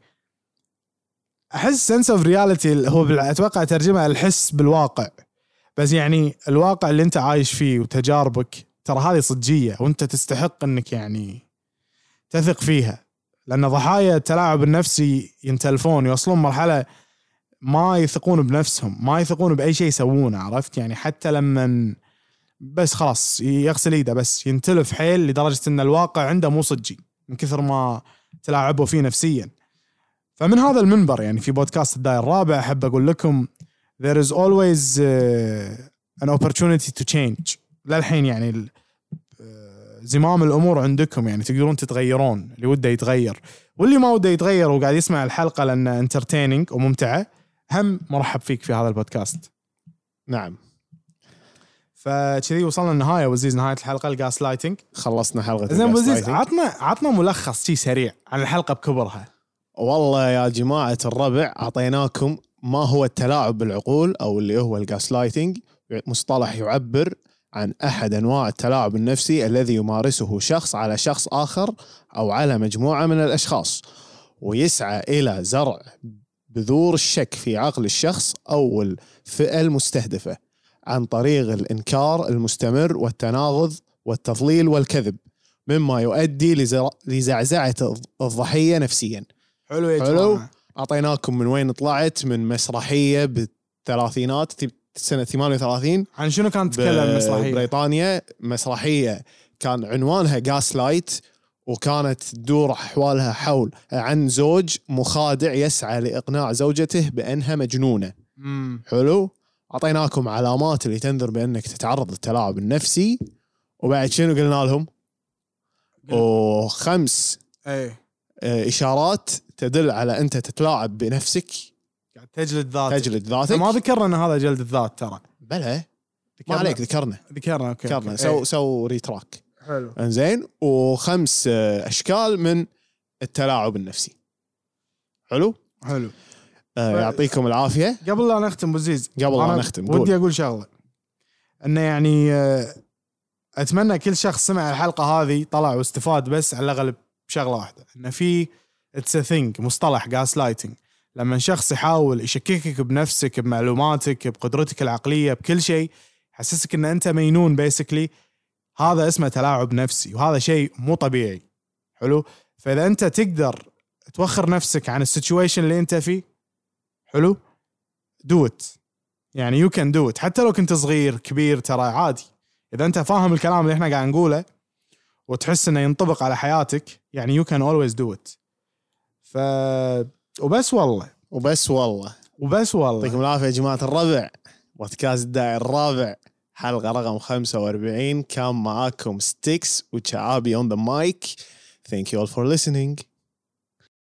أحس sense of reality هو أتوقع ترجمة الحس بالواقع، بس يعني الواقع اللي أنت عايش فيه وتجاربك ترى هذه صجية وأنت تستحق أنك يعني تثق فيها. لأن ضحايا التلاعب النفسي ينتلفون يوصلون مرحلة ما يثقون بنفسهم، ما يثقون بأي شيء يسوونه. عرفت يعني؟ حتى لما بس خلاص يغسل ايده بس ينتلف حيل لدرجة ان الواقع عنده مو صجي من كثر ما تلاعبوا فيه نفسيا. فمن هذا المنبر يعني في بودكاست الدائرة الرابع أحب أقول لكم there is always uh, an opportunity to change. للحين يعني زمام الأمور عندكم، يعني تقدرون تتغيرون. اللي وده يتغير واللي ما وده يتغير وقاعد يسمع الحلقة لأنها entertaining وممتعة هم مرحب فيك في هذا البودكاست. نعم. فكذي وصلنا النهاية وزيز، نهاية الحلقة الجاس لايتنج. خلصنا حلقة زين وزيز، عطنا عطنا ملخص شيء سريع عن الحلقة بكبرها. والله يا جماعة الربع أعطيناكم ما هو التلاعب بالعقول أو اللي هو الجاس لايتنج، مصطلح يعبر عن أحد أنواع التلاعب النفسي الذي يمارسه شخص على شخص آخر أو على مجموعة من الأشخاص، ويسعى إلى زرع بذور الشك في عقل الشخص أو الفئة المستهدفة عن طريق الإنكار المستمر والتناقض والتضليل والكذب، مما يؤدي لزعزعة الضحية نفسيا. حلو يا حلو. أعطيناكم من وين طلعت، من مسرحية بالثلاثينات سنة ثمانية وثلاثين. عن شنو كانت تتكلم مسرحية؟ بريطانيا. مسرحية كان عنوانها جاس لايت، وكانت تدور أحوالها حول عن زوج مخادع يسعى لإقناع زوجته بأنها مجنونة. مم. حلو. أعطيناكم علامات اللي تنذر بأنك تتعرض للتلاعب النفسي، وبعد شنو قلنا لهم؟ وخمس أي. إشارات تدل على أنت تتلاعب بنفسك، تجلد ذاتك. تجلد ذاتك. ما ذكرنا أن هذا جلد الذات ترى. بلى ما عليك، ذكرنا ذكرنا أوكي. ذكرنا سو أي. سو ريتراك. حلو. إنزين. وخمس أشكال من التلاعب النفسي. حلو حلو. آه يعطيكم العافية. قبل لا نختم بوزيز، قبل لا نختم ودي أقول شغلة، أنه يعني أتمنى كل شخص سمع الحلقة هذه طلع واستفاد، بس على الأغلب بشغلة واحدة، أنه في it's a thing مصطلح gaslighting. لما شخص يحاول يشككك بنفسك، بمعلوماتك، بقدرتك العقلية، بكل شيء، يحسسك أن أنت مينون basically، هذا اسمه تلاعب نفسي، وهذا شيء مو طبيعي. حلو. فإذا أنت تقدر توخر نفسك عن السيتويشن اللي أنت فيه، حلو، do it. يعني you can do it حتى لو كنت صغير كبير، ترى عادي. إذا أنت فاهم الكلام اللي إحنا قاعد نقوله وتحس إنه ينطبق على حياتك، يعني you can always do it. ف وبس والله وبس والله وبس والله يعطيكم العافية يا جماعة الربع. بودكاست الدائرة الرابع حلقة رقم خمسة وأربعين، كان معاكم ستيكس وشعابي on the mic. Thank you all for listening.